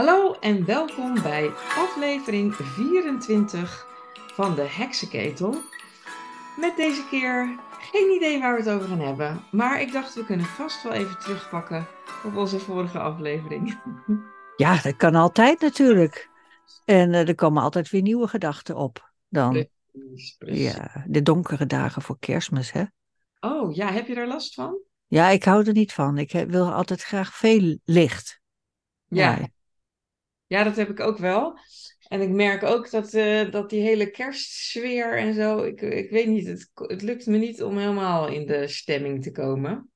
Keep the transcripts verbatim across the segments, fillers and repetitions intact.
Hallo en welkom bij aflevering vierentwintig van de Heksenketel. Met deze keer geen idee waar we het over gaan hebben, maar ik dacht we kunnen vast wel even terugpakken op onze vorige aflevering. Ja, dat kan altijd natuurlijk. En eh, er komen altijd weer nieuwe gedachten op. Dan, Precies, precies. ja, de donkere dagen voor Kerstmis, hè? Oh ja, heb je daar last van? Ja, ik hou er niet van. Ik he- wil altijd graag veel licht. Ja, Ja, ja, dat heb ik ook wel. En ik merk ook dat, eh, dat die hele kerstsfeer en zo, ik, ik weet niet, het, het lukt me niet om helemaal in de stemming te komen.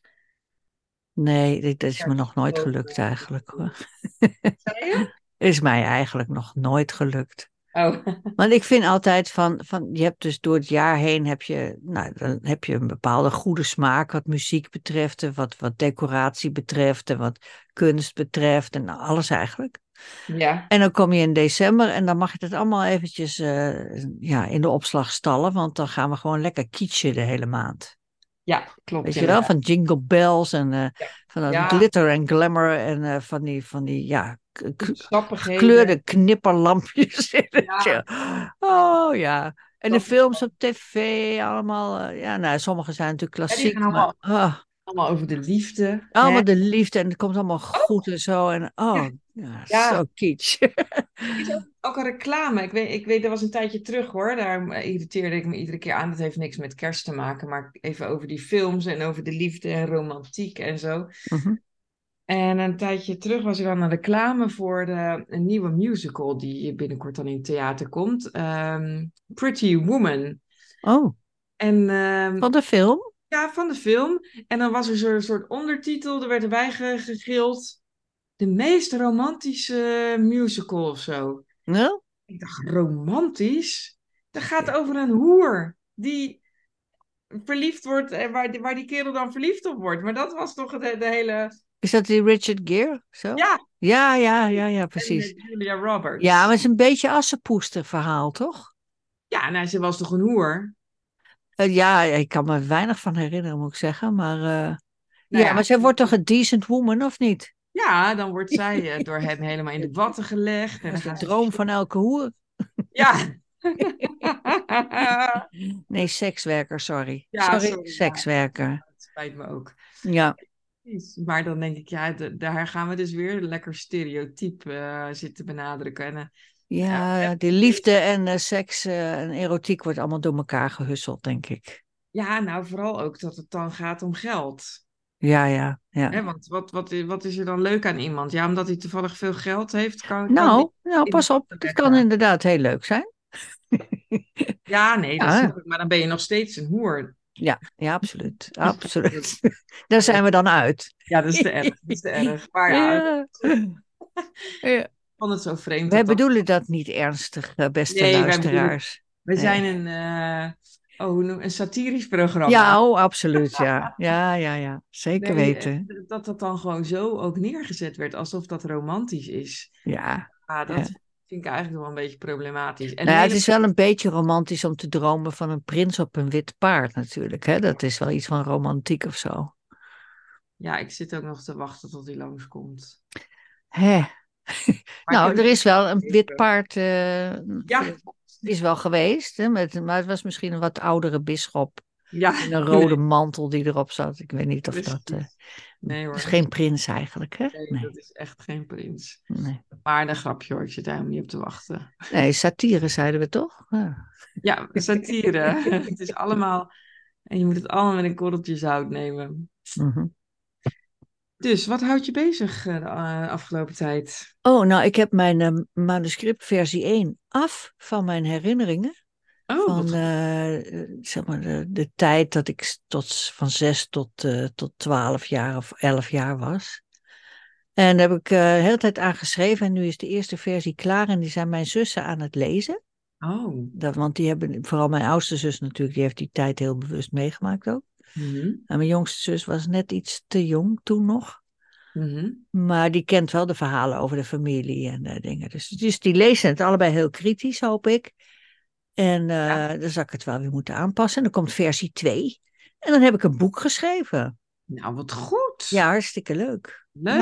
nee, dit, dat is me nog nooit gelukt Kerstbomen. eigenlijk, hoor. Zei je? Is mij eigenlijk nog nooit gelukt. Oh, Want ik vind altijd van, van, je hebt dus door het jaar heen heb je, nou, dan heb je een bepaalde goede smaak wat muziek betreft, en wat, wat decoratie betreft, en wat kunst betreft, en alles eigenlijk. ja. En dan kom je in december en dan mag je het allemaal eventjes eh, ja, in de opslag stallen, want dan gaan we gewoon lekker kitschen de hele maand. Ja, klopt Weet je wel, inderdaad. van jingle bells en eh, Ja, van dat ja, glitter en glamour en eh, van die, van die ja, k- k- sappigheden. gekleurde knipperlampjes. in het- Ja, Oh ja. En de dat is films wel. op tv allemaal. eh, ja, nou, sommige zijn natuurlijk Ja, die gaan klassiek, maar allemaal, ah, allemaal over de liefde. Hè? allemaal de liefde en het komt allemaal Oh, goed en zo. En ja, oh, ja, ja. zo kitsch. Er is ook, ook een reclame. Ik weet, ik weet, dat was een tijdje terug hoor. Daar irriteerde ik me iedere keer aan. Dat heeft niks met kerst te maken. Maar even over die films en over de liefde en romantiek en zo. Mhm. En een tijdje terug was er dan een reclame voor de, een nieuwe musical die binnenkort dan in het theater komt. Ehm, Pretty Woman. Oh, En ehm, van de film? ja, van de film. En dan was er zo'n soort ondertitel, er werd erbij ge- gegild. De meest romantische musical of zo. Ja? Ik dacht, romantisch? Dat gaat Ja. over een hoer die verliefd wordt en waar, die- waar die kerel dan verliefd op wordt. Maar dat was toch de, de hele. Is dat die Richard Gere? Zo? Ja, Ja, ja, ja, ja, en precies. eh, Julia Ja, maar Roberts. het is een beetje assenpoester verhaal, toch? Ja, nou, ze was toch een hoer? Eh, ja, ik kan me weinig van herinneren, moet ik zeggen. Maar eh, Nou ja, maar ja, zij wordt toch een decent woman, of niet? ja, dan wordt zij eh, door hem helemaal in de watten gelegd. En Dat dan is de gaan ze. droom van elke hoer. Ja. Nee, sekswerker, sorry. Ja, Sorry, sorry. Ja, sekswerker. het spijt me ook. Ja. Precies. Maar dan denk ik, ja, d- daar gaan we dus weer lekker stereotyp eh, zitten benadrukken. En, eh, ja, Ja, die liefde en eh, seks eh, en erotiek wordt allemaal door elkaar gehusseld, denk ik. ja, nou vooral ook dat het dan gaat om geld. Ja, ja, Hè, ja. want wat, wat, wat is er dan leuk aan iemand? Ja, omdat hij toevallig veel geld heeft, kan, kan die Nou, nou, in de pas op. watten Dat kan leggen. inderdaad heel leuk zijn. Ja, nee, dat snap Ja, ik. Maar dan ben je nog steeds een hoer. ja, ja, absoluut. Absoluut. Daar zijn we dan uit. Ja, dat is te erg. Dat is te erg. Maar ja, ik Ja. Ja. vond het zo vreemd dat Wij dat. bedoelen dat niet ernstig, eh, beste Nee, wij bedoelen, luisteraars. we zijn Nee. een, eh, oh, hoe noem, een satirisch programma. Ja, oh, absoluut, ja. Ja, ja, ja. Zeker Nee, eh, weten. dat dat dan gewoon zo ook neergezet werd, alsof dat romantisch is. Ja. Ah, dat Ja. vind ik eigenlijk wel een beetje problematisch. En Nou ja, het helemaal, is wel een beetje romantisch om te dromen van een prins op een wit paard natuurlijk. Hè? Dat is wel iets van romantiek of zo. ja, ik zit ook nog te wachten tot hij langskomt. Hè. Maar ik heb Nou, er het is wel een wit gekeken. paard, eh, Ja, is wel geweest. Hè? Met, maar het was misschien een wat oudere bisschop ja, in een rode nee, mantel die erop zat. Ik weet niet of dat... eh, precies. Nee is hoor, geen prins eigenlijk, hè? nee, Nee. dat is echt geen prins. Nee, Maar een grapje hoor, ik zit daar helemaal niet op te wachten. nee, satire zeiden we toch? Ja. Ja, satire. Het is allemaal, en je moet het allemaal met een korreltje zout nemen. Mhm. Dus, wat houdt je bezig eh, de eh, afgelopen tijd? Oh, nou, ik heb mijn eh, manuscript versie één af van mijn herinneringen. Oh, wat Van goed. eh, eh, zeg maar de, de tijd dat ik s- tot, van zes tot, eh, tot twaalf jaar of elf jaar was. En daar heb ik eh, de hele tijd aan geschreven en nu is de eerste versie klaar en die zijn mijn zussen aan het lezen. Oh. Dat, want die hebben, vooral mijn oudste zus natuurlijk, die heeft die tijd heel bewust meegemaakt ook. Mhm. En mijn jongste zus was net iets te jong toen nog. Mhm. Maar die kent wel de verhalen over de familie en eh, dingen. Dus, dus die lezen het allebei heel kritisch, hoop ik. En Ja. eh, dan zal ik het wel weer moeten aanpassen. En dan komt versie twee. En dan heb ik een boek geschreven. Nou, wat goed. Ja, hartstikke leuk. Leuk. Ja.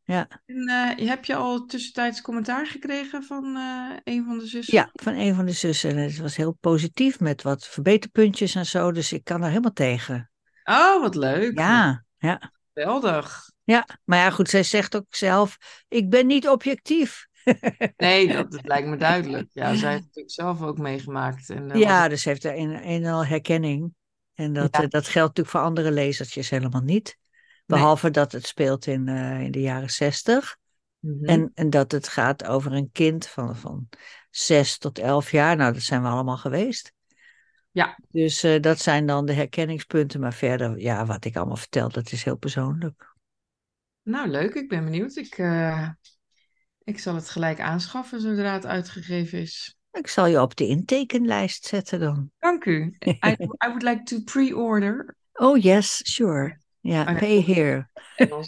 ja. En eh, heb je al tussentijds commentaar gekregen van eh, een van de Ja, zussen? van een van de zussen. En het was heel positief met wat verbeterpuntjes en zo. Dus ik kan er helemaal tegen. Oh, wat leuk. Nou, Ja, ja, geweldig. ja. Maar ja, goed, zij zegt ook zelf, ik ben niet objectief. Nee, dat, dat lijkt me duidelijk. Ja, zij heeft het natuurlijk zelf ook meegemaakt. En daar was Ja, het. dus heeft er een, een en al herkenning. En dat, eh, Ja, dat geldt natuurlijk voor andere lezertjes helemaal niet. nee. Behalve dat het speelt in, eh, in de jaren zestig. Mhm. En, en dat het gaat over een kind van, van zes tot elf jaar. Nou, dat zijn we allemaal geweest. Ja, Dus eh, dat zijn dan de herkenningspunten. Maar verder, ja, wat ik allemaal vertel, dat is heel persoonlijk. nou leuk. Ik ben benieuwd. Ik, eh, ik zal het gelijk aanschaffen zodra het uitgegeven is. Ik zal je op de intekenlijst zetten dan. Dank u. I, I would like to pre-order. Oh yes, sure. Ja, Oh, nee, pay dat is here. Engels.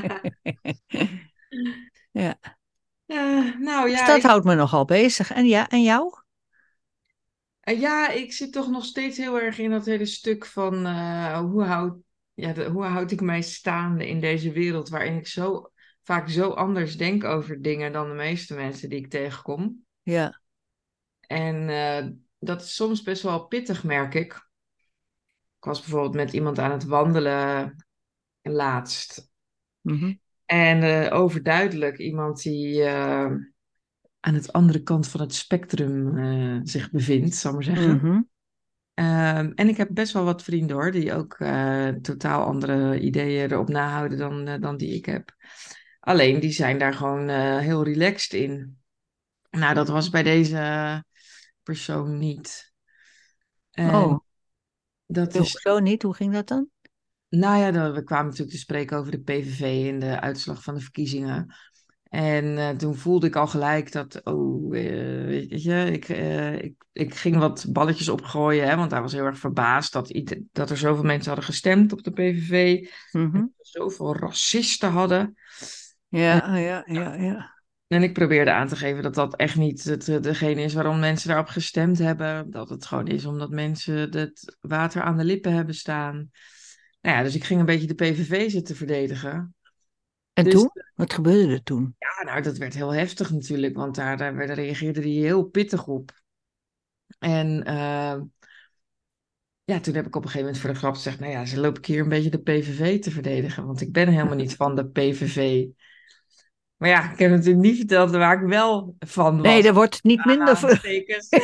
Ja, Eh, nou dus ja, dat ik, houdt me nogal bezig. En ja, en jou? eh, ja, ik zit toch nog steeds heel erg in dat hele stuk van eh, hoe houd, ja, de- hoe houd ik mij staande in deze wereld waarin ik zo vaak zo anders denk over dingen dan de meeste mensen die ik tegenkom. Ja. En eh, dat is soms best wel pittig, merk ik. Ik was bijvoorbeeld met iemand aan het wandelen laatst. Mhm. En eh, overduidelijk iemand die eh, aan het andere kant van het spectrum eh, zich bevindt, zal ik maar zeggen. Mhm. Ehm, en ik heb best wel wat vrienden hoor, die ook eh, totaal andere ideeën erop nahouden dan, eh, dan die ik heb. Alleen, die zijn daar gewoon eh, heel relaxed in. Nou, dat was bij deze persoon niet. En Oh, dat is, hoezo niet? Hoe ging dat dan? nou ja, dan- we kwamen natuurlijk te spreken over de P V V en de uitslag van de verkiezingen. En eh, toen voelde ik al gelijk dat, oh, eh, weet je, ik, eh, ik, ik ging wat balletjes opgooien, hè, want hij was heel erg verbaasd dat, ieder- dat er zoveel mensen hadden gestemd op de P V V. En Mhm. dat we zoveel racisten hadden. En, Ja, ja, ja, ja. en ik probeerde aan te geven dat dat echt niet het, eh, degene is waarom mensen daarop gestemd hebben. Dat het gewoon is omdat mensen het water aan de lippen hebben staan. Nou ja, dus ik ging een beetje de P V V zitten verdedigen. En Dus toen? Wat gebeurde er toen? ja, nou, dat werd heel heftig natuurlijk, want daar, daar, daar reageerde hij heel pittig op. En eh, ja, toen heb ik op een gegeven moment voor de grap gezegd, nou ja, ze loop ik hier een beetje de P V V te verdedigen, want ik ben helemaal niet van de P V V. Maar ja, ik heb natuurlijk niet verteld waar ik wel van Nee, was. daar wordt het niet minder voor. Aanstekens.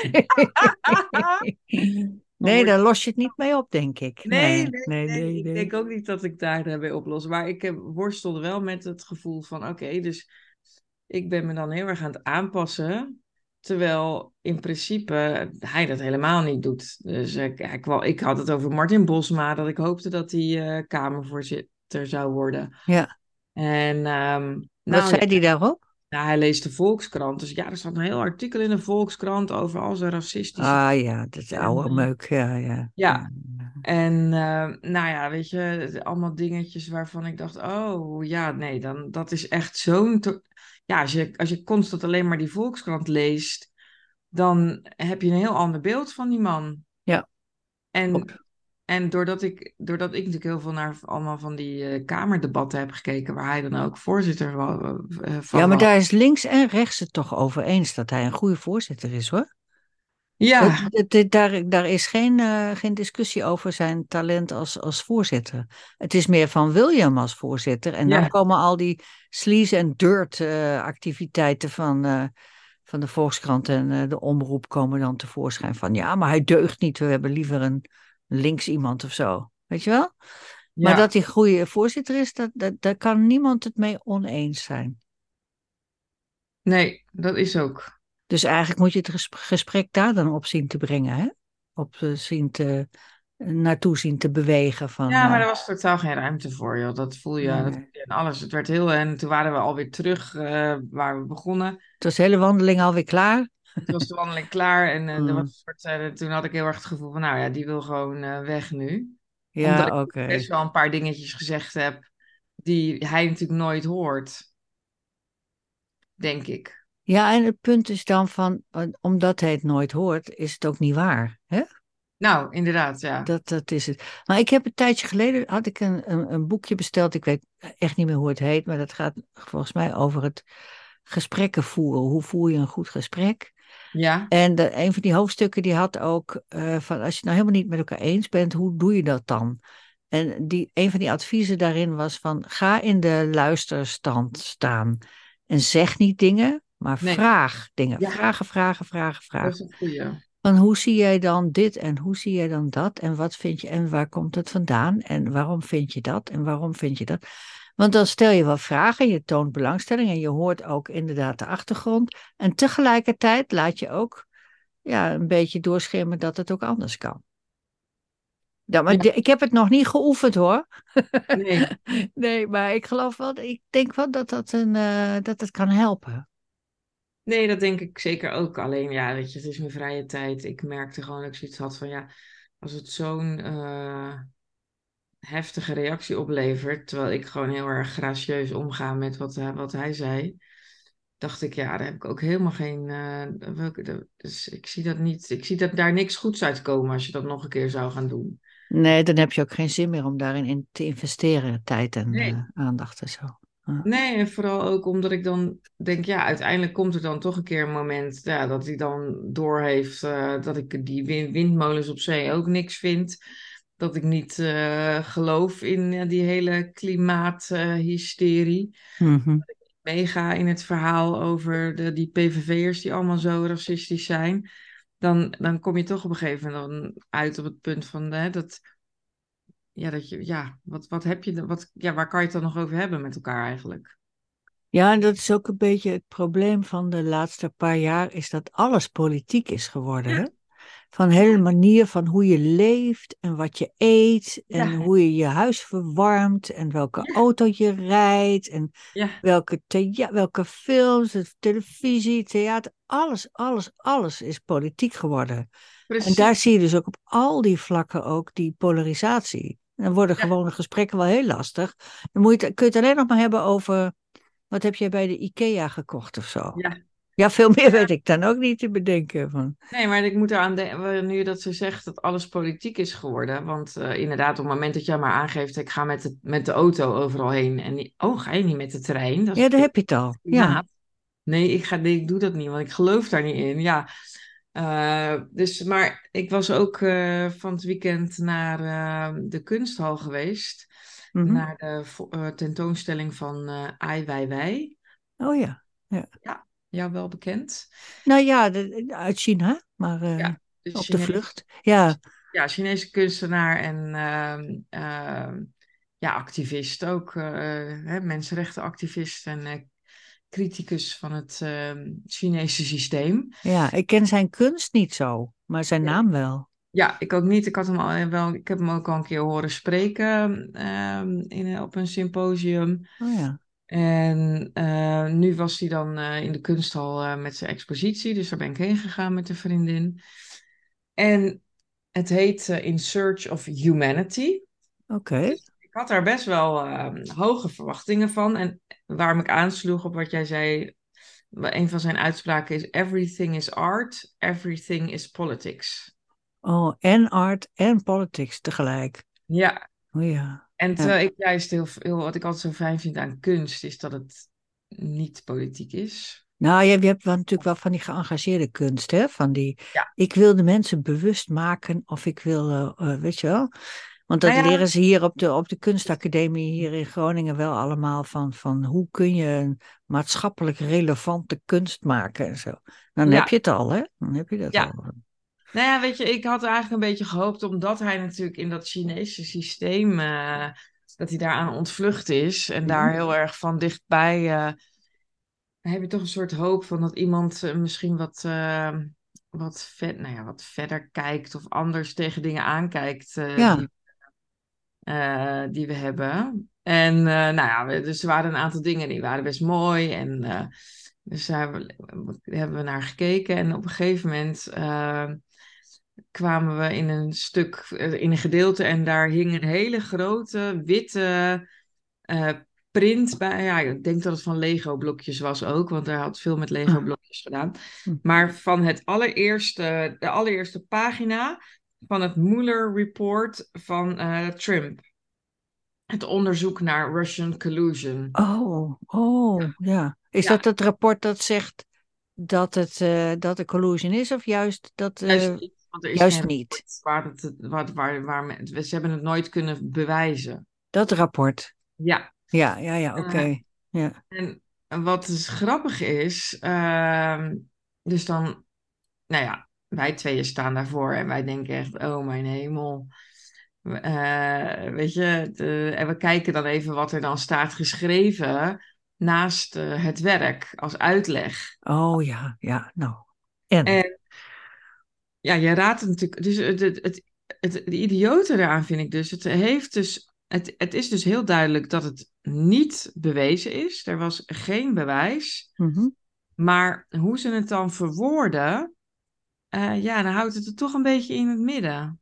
Dan Nee, word daar je... los je het niet mee op, denk ik. Nee, Nee, nee, nee, nee. nee, Ik nee. denk ook niet dat ik daar daarbij oplos. Maar ik heb, worstelde wel met het gevoel van, oké, dus ik ben me dan heel erg aan het aanpassen. Terwijl in principe hij dat helemaal niet doet. Dus ik, ik, wou- ik had het over Martin Bosma, dat ik hoopte dat hij eh, Kamervoorzitter zou worden. Ja, En ehm, wat nou ja, zei die daarop? nou, hij leest de Volkskrant. Dus ja, er staat een heel artikel in de Volkskrant over al zijn racistische... Ah ja, dat is En, oude eh, meuk. Ja, ja. ja, en eh, nou ja, weet je, het- allemaal dingetjes waarvan ik dacht, oh ja, nee, dan, dat is echt zo'n... to- Ja, als je, als je constant alleen maar die Volkskrant leest, dan heb je een heel ander beeld van die man. Ja, En, klopt. en doordat ik, doordat ik natuurlijk heel veel naar allemaal van die eh, kamerdebatten heb gekeken, waar hij dan ook voorzitter wa- eh, Ja, van maar was. daar is links en rechts het toch over eens dat hij een goede voorzitter is, hoor. Het, Ja, het- het- daar, daar is geen, eh, geen discussie over zijn talent als, als voorzitter. Het is meer van William als voorzitter. En dan ja, komen al die sleaze en dirt eh, activiteiten van, eh, van de Volkskrant en eh, de omroep komen dan tevoorschijn van ja, maar hij deugt niet. We hebben liever een links iemand of zo. Weet je wel? Maar ja. dat hij goede voorzitter is, dat, dat, daar kan niemand het mee oneens zijn. Nee, dat is ook. Dus eigenlijk moet je het ges- gesprek daar dan op zien te brengen, hè? Op eh, zien te, naartoe zien te bewegen van... Ja, maar eh, er was totaal geen ruimte voor, joh. Dat voel je, dat voel nee. je in alles. Het werd heel... En toen waren we alweer terug eh, waar we begonnen. Het was de hele wandeling alweer klaar. Toen was de wandeling klaar en eh, er was Mm, een soort, eh, toen had ik heel erg het gevoel van, nou ja, die wil gewoon eh, weg nu. Omdat ik ja, oké. best wel een paar dingetjes gezegd heb die hij natuurlijk nooit hoort, denk ik. Ja, en het punt is dan van, eh, omdat hij het nooit hoort, is het ook niet waar, hè? Nou, inderdaad, ja. Dat, dat is het. Maar ik heb een tijdje geleden had ik een, een, een boekje besteld. Ik weet echt niet meer hoe het heet, maar dat gaat volgens mij over het gesprekken voeren. Hoe voer je een goed gesprek? Ja, En de, een van die hoofdstukken die had ook eh, van als je het nou helemaal niet met elkaar eens bent, hoe doe je dat dan? En die, een van die adviezen daarin was van ga in de luisterstand staan en zeg niet dingen, maar nee. vraag dingen. Ja, Vragen, vragen, vragen, dat vragen. is een goeie. Van hoe zie jij dan dit en hoe zie jij dan dat en wat vind je en waar komt het vandaan en waarom vind je dat en waarom vind je dat? Want dan stel je wel vragen, je toont belangstelling en je hoort ook inderdaad de achtergrond. En tegelijkertijd laat je ook ja, een beetje doorschemeren dat het ook anders kan. Ja, maar Ja, de- ik heb het nog niet geoefend hoor. nee. Nee, maar ik geloof wel, ik denk wel dat dat, een, eh, dat het kan helpen. Nee, dat denk ik zeker ook. Alleen, ja, weet je, het is mijn vrije tijd. Ik merkte gewoon dat ik zoiets had van, ja, als het zo'n eh, heftige reactie oplevert, terwijl ik gewoon heel erg gracieus omga met wat, eh, wat hij zei, dacht ik, ja, daar heb ik ook helemaal geen, eh, welke, dus ik zie dat niet, ik zie dat daar niks goeds uitkomen als je dat nog een keer zou gaan doen. Nee, dan heb je ook geen zin meer om daarin in te investeren, tijd en Nee. eh, aandacht en zo. Ja. Nee, en vooral ook omdat ik dan denk, ja, uiteindelijk komt er dan toch een keer een moment ja, dat hij dan doorheeft uh, dat ik die win- windmolens op zee ook niks vind. Dat ik niet eh, geloof in uh, die hele klimaathysterie. Mhm. Meega in het verhaal over de, die P V V'ers die allemaal zo racistisch zijn. Dan, dan kom je toch op een gegeven moment dan uit op het punt van hè, dat, ja, dat je, ja, wat, wat heb je, dan- wat, ja, waar kan je het dan nog over hebben met elkaar eigenlijk? Ja, en dat is ook een beetje het probleem van de laatste paar jaar, is dat alles politiek is geworden. Ja, Hè? Van de hele manier van hoe je leeft en wat je eet en ja, hoe je je huis verwarmt en welke ja. auto je rijdt en Ja, welke, thea- welke films, het televisie, theater, alles, alles, alles is politiek geworden. En daar precies. zie je dus ook op al die vlakken ook die polarisatie. En dan worden Ja, gewone gesprekken wel heel lastig. Dan moet je het, kun je het alleen nog maar hebben over wat heb jij bij de IKEA gekocht of zo. ja. Ja, veel meer weet ik dan ook niet te bedenken van. Nee, maar ik moet eraan denken, nu je dat zo zegt, dat alles politiek is geworden. Want eh, inderdaad, op het moment dat jij maar aangeeft, ik ga met de, met de auto overal heen. En niet, oh, ga je niet met de trein? Dat Ja, is daar tegen heb je het het al. Ja. klimaat. Nee, ik ga, nee, ik doe dat niet, want ik geloof daar niet in. Ja, Eh, dus, maar ik was ook eh, van het weekend naar eh, de kunsthal geweest. Mhm. Naar de vo- eh, tentoonstelling van eh Ai Weiwei. Oh ja. Ja. Ja, jou wel bekend. Nou ja, de- uit China, maar eh, Ja, de op de Chinese, vlucht. Ja. ja, Chinese kunstenaar en ehm, ehm, ja, activist ook. eh, hè, mensenrechtenactivist en eh, criticus van het ehm, Chinese systeem. Ja, ik ken zijn kunst niet zo, maar zijn Ja, naam wel. ja, ik ook niet. Ik had hem al eh, wel, ik heb hem ook al een keer horen spreken ehm, in, op een symposium. Oh ja. En eh, nu was hij dan eh, in de kunsthal eh, met zijn expositie, dus daar ben ik heen gegaan met een vriendin. En het heet eh, In Search of Humanity. Oké. Dus ik had daar best wel ehm, hoge verwachtingen van. En waarom ik aansloeg op wat jij zei, een van zijn uitspraken is: Everything is art, everything is politics. Oh, en art en politics tegelijk. Ja, Oh ja. en Ja. terwijl ik juist heel, heel, wat ik altijd zo fijn vind aan kunst, is dat het niet politiek is. Nou, je, je hebt wel natuurlijk wel van die geëngageerde kunst, hè? Van die, Ja, ik wil de mensen bewust maken of ik wil, eh, eh, weet je wel. Want dat nou ja, leren ze hier op de, op de kunstacademie hier in Groningen wel allemaal van, van hoe kun je een maatschappelijk relevante kunst maken en zo. Dan heb ja, je het al, hè? Dan heb je dat ja. al. Nou ja, weet je, ik had eigenlijk een beetje gehoopt, omdat hij natuurlijk in dat Chinese systeem, eh, dat hij daaraan ontvlucht is en Mhm. daar heel erg van dichtbij, eh, dan heb je toch een soort hoop van dat iemand eh, misschien wat, eh, wat, vet, nou ja, wat verder kijkt of anders tegen dingen aankijkt eh, Ja, die, eh, die we hebben. En eh, nou ja, we- dus er waren een aantal dingen die waren best mooi en eh, dus daar hebben we hebben we naar gekeken en op een gegeven moment eh, kwamen we in een stuk, eh, in een gedeelte en daar hing een hele grote witte eh, print bij. Ja, ik denk dat het van Lego-blokjes was ook, want hij had veel met Hm. Lego-blokjes gedaan. Hm. Maar van het allereerste, de allereerste pagina van het Mueller Report van eh, Trump. Het onderzoek naar Russian collusion. Oh, oh, ja. Is Ja, dat het rapport dat zegt dat het eh, dat er collusion is, of juist dat juist eh, niet, want er is geen juist niet? rapport waar, het, waar, waar, waar men- ze hebben het nooit kunnen bewijzen. Dat rapport. Ja, Ja, ja, ja, eh, oké. Ja. en wat dus grappig is, ehm, dus dan, nou ja, wij tweeën staan daarvoor en wij denken echt, oh mijn hemel. Eh, weet je, de- en we kijken dan even wat er dan staat geschreven naast eh, het werk als uitleg. Oh ja, ja, nou. En? En ja, je raadt het natuurlijk. Dus het, het, het, het, de idiote daaraan vind ik dus. Het heeft dus. Het, het is dus heel duidelijk dat het niet bewezen is. Er was geen bewijs. Mhm. Maar hoe ze het dan verwoorden, eh, ja, dan houdt het er toch een beetje in het midden.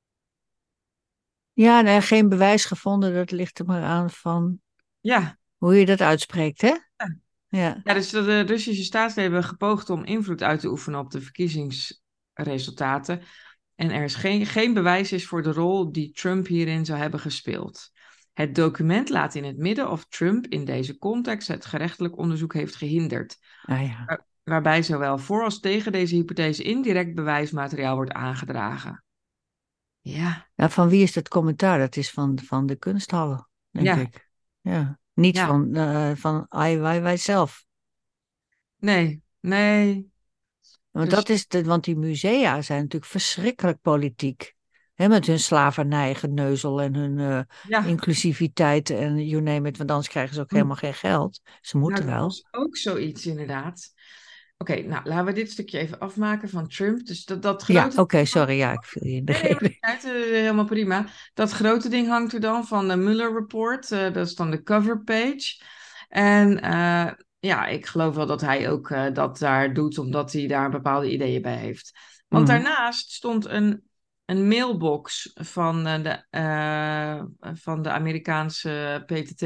Ja, nee, geen bewijs gevonden, dat ligt er maar aan van Ja. hoe je dat uitspreekt, hè? Ja. Ja, dus de Russische staatsleden hebben gepoogd om invloed uit te oefenen op de verkiezingsresultaten. En er is geen, geen bewijs is voor de rol die Trump hierin zou hebben gespeeld. Het document laat in het midden of Trump in deze context het gerechtelijk onderzoek heeft gehinderd, Ah ja. waar- waarbij zowel voor als tegen deze hypothese indirect bewijsmateriaal wordt aangedragen. Ja, Ja, van wie is dat commentaar? Dat is van, van de kunsthallen, denk ja, ik. Ja. Niet ja. van, eh van Ai Weiwei zelf. Nee, nee. Want Dus dat is de, want die musea zijn natuurlijk verschrikkelijk politiek. Hè, met hun slavernijgeneuzel en hun eh, ja. inclusiviteit en you name it, want anders krijgen ze ook Hm. helemaal geen geld. Ze Nou, moeten dat wel. was ook zoiets inderdaad. Oké, nou laten we dit stukje even afmaken van Trump. Dus dat, dat Ja, grote. oké, sorry, ja, ik viel je in de Nee, nee, maar reden. niet uit, eh, helemaal prima. Dat grote ding hangt er dan van de Mueller Report. Eh, dat is dan de cover page. En eh, ja, ik geloof wel dat hij ook eh, dat daar doet, omdat hij daar bepaalde ideeën bij heeft. Want Mhm, daarnaast stond een, een mailbox van, eh, de, eh, van de Amerikaanse P T T.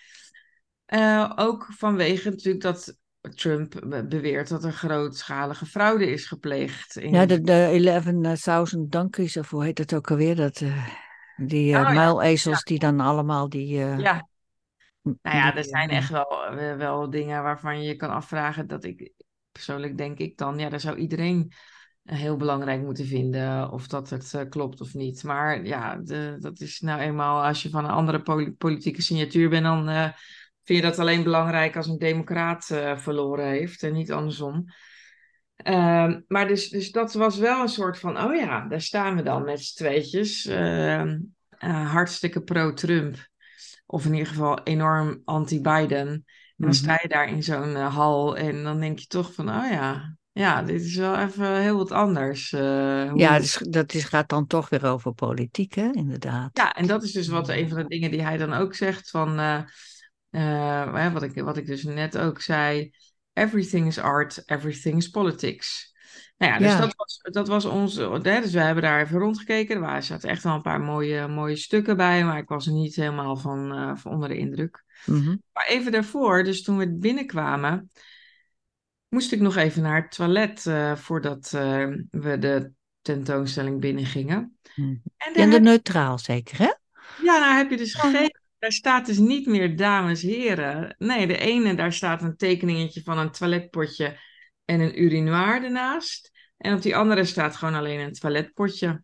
Eh, ook vanwege natuurlijk dat Trump be- beweert dat er grootschalige fraude is gepleegd in ja, die. de, de elfduizend donkeys, of hoe heet het ook alweer? Dat, eh, die eh Oh ja, ja, muilezels die dan allemaal die, eh, ja. Nou ja, er die eh, zijn echt ja. wel, eh, wel dingen waarvan je je kan afvragen dat ik, persoonlijk denk ik dan, ja, daar zou iedereen eh, heel belangrijk moeten vinden of dat het eh, klopt of niet. Maar ja, de, dat is nou eenmaal, als je van een andere poli- politieke signatuur bent, dan eh, vind je dat alleen belangrijk als een democraat eh, verloren heeft en niet andersom. Ehm, maar dus, dus dat was wel een soort van, oh ja, daar staan we dan met z'n tweetjes. Ehm, eh, hartstikke pro-Trump. Of in ieder geval enorm anti-Biden. En dan Mhm. sta je daar in zo'n eh, hal en dan denk je toch van, oh ja, ja, dit is wel even heel wat anders. eh, Ja, hoe... dus, dat is, gaat dan toch weer over politiek, hè? Inderdaad. Ja, en dat is dus wat een van de dingen die hij dan ook zegt van, eh, eh, hè, wat ik, wat ik dus net ook zei, everything is art, everything is politics. Nou ja, dus Ja. dat was, dat was ons, hè, dus we hebben daar even rondgekeken. Er waren, zaten echt wel een paar mooie, mooie stukken bij, maar ik was er niet helemaal van, eh, van onder de indruk. Mhm, Maar even daarvoor, dus toen we binnenkwamen, moest ik nog even naar het toilet eh, voordat eh, we de tentoonstelling binnengingen. mhm. En daar heb, Genderneutraal zeker, hè? ja, daar heb je dus Ja. geen, daar staat dus niet meer dames, heren. Nee, de ene, daar staat een tekeningetje van een toiletpotje en een urinoir ernaast. En op die andere staat gewoon alleen een toiletpotje.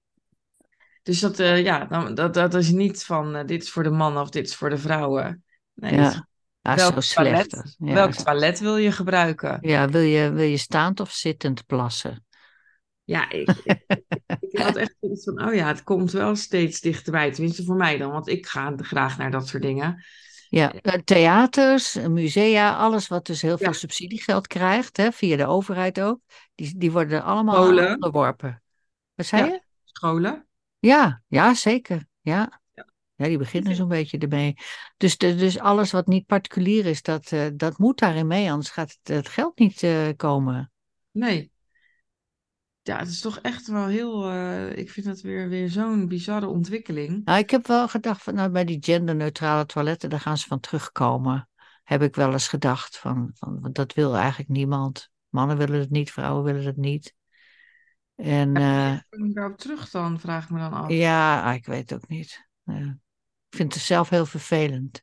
Dus dat, eh, ja, dan, dat, dat is niet van eh, dit is voor de mannen of dit is voor de vrouwen. Nee, het is Ja, ja, zo welk slecht. toilet, Dat. Ja, welk zo- toilet wil je gebruiken? ja, wil je, wil je staand of zittend plassen? Ja, ik, ik, ik had echt iets van, oh ja, het komt wel steeds dichterbij. Tenminste voor mij dan, want ik ga graag naar dat soort dingen. Ja, eh, theaters, eh, musea, alles wat dus heel veel Ja, subsidiegeld krijgt, hè, via de overheid ook, die, die worden allemaal aan scholen. onderworpen. Wat zei Ja, je? scholen. Ja, ja, zeker. Ja, Ja. ja die beginnen zo'n beetje ermee. Dus, de, dus alles wat niet particulier is, dat, eh, dat moet daarin mee, anders gaat het, het geld niet eh, komen. Nee. Ja, het is toch echt wel heel. eh, ik vind dat weer, weer zo'n bizarre ontwikkeling. Nou, ik heb wel gedacht van, nou, bij die genderneutrale toiletten, daar gaan ze van terugkomen. Heb ik wel eens gedacht van, van want dat wil eigenlijk niemand. Mannen willen het niet, vrouwen willen het niet. En En eh, wanneer kom je daarop terug dan, vraag ik me dan af. ja, ah, ik weet het ook niet. Ja. Ik vind het zelf heel vervelend.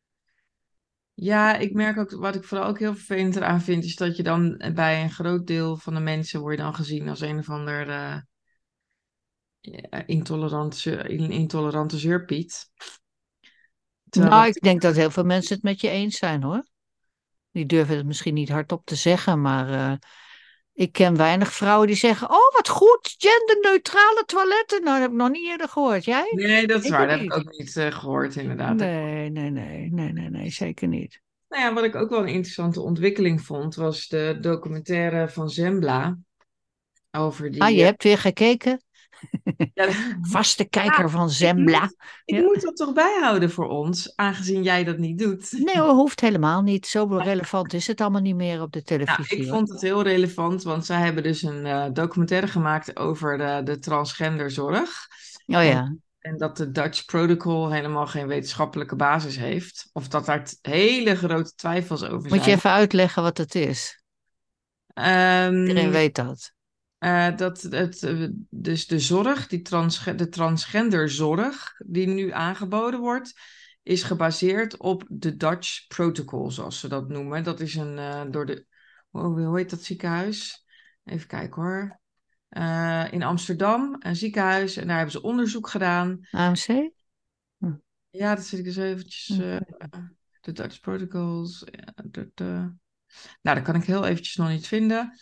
Ja, ik merk ook, wat ik vooral ook heel vervelend eraan vind, is dat je dan bij een groot deel van de mensen word je dan gezien als een of ander eh ja, intolerant, zeur- een intolerante zeurpiet. Terwijl Nou, dat, ik denk dat heel veel mensen het met je eens zijn hoor. Die durven het misschien niet hardop te zeggen, maar eh, ik ken weinig vrouwen die zeggen: Oh, wat goed, genderneutrale toiletten. Nou, dat heb ik nog niet eerder gehoord. Jij? nee, dat is waar, Zeker dat heb ik niet. ook niet eh, gehoord inderdaad. Nee, nee, nee, nee, nee, nee, zeker niet. Nou ja, wat ik ook wel een interessante ontwikkeling vond, was de documentaire van Zembla over Ah, die... je eh, hebt weer gekeken? ja, Vaste ja, kijker van ik Zembla. moet, ik Ja. moet dat toch bijhouden voor ons, aangezien jij dat niet doet. Nee hoor, hoeft helemaal niet. Zo relevant is het allemaal niet meer op de Nou, ik televisie hoor. vond het heel relevant, want zij hebben dus een eh, documentaire gemaakt over de, de transgenderzorg. Oh En, ja. en dat de Dutch Protocol helemaal geen wetenschappelijke basis heeft. Of dat daar t- hele grote twijfels over Moet je zijn. even uitleggen wat het is? Iedereen Ehm, weet dat. eh, dat het, eh, dus de zorg, die transge de transgenderzorg die nu aangeboden wordt, is gebaseerd op de Dutch Protocol, zoals ze dat noemen. Dat is een eh, door de, oh, hoe heet dat ziekenhuis? Even kijken hoor. Eh, in Amsterdam, een ziekenhuis, en daar hebben ze onderzoek gedaan. A M C? Hm, Ja, dat zit ik dus eventjes. eh, oké. de Dutch Protocols. Ja, dat, eh, nou, dat kan ik heel eventjes nog niet vinden.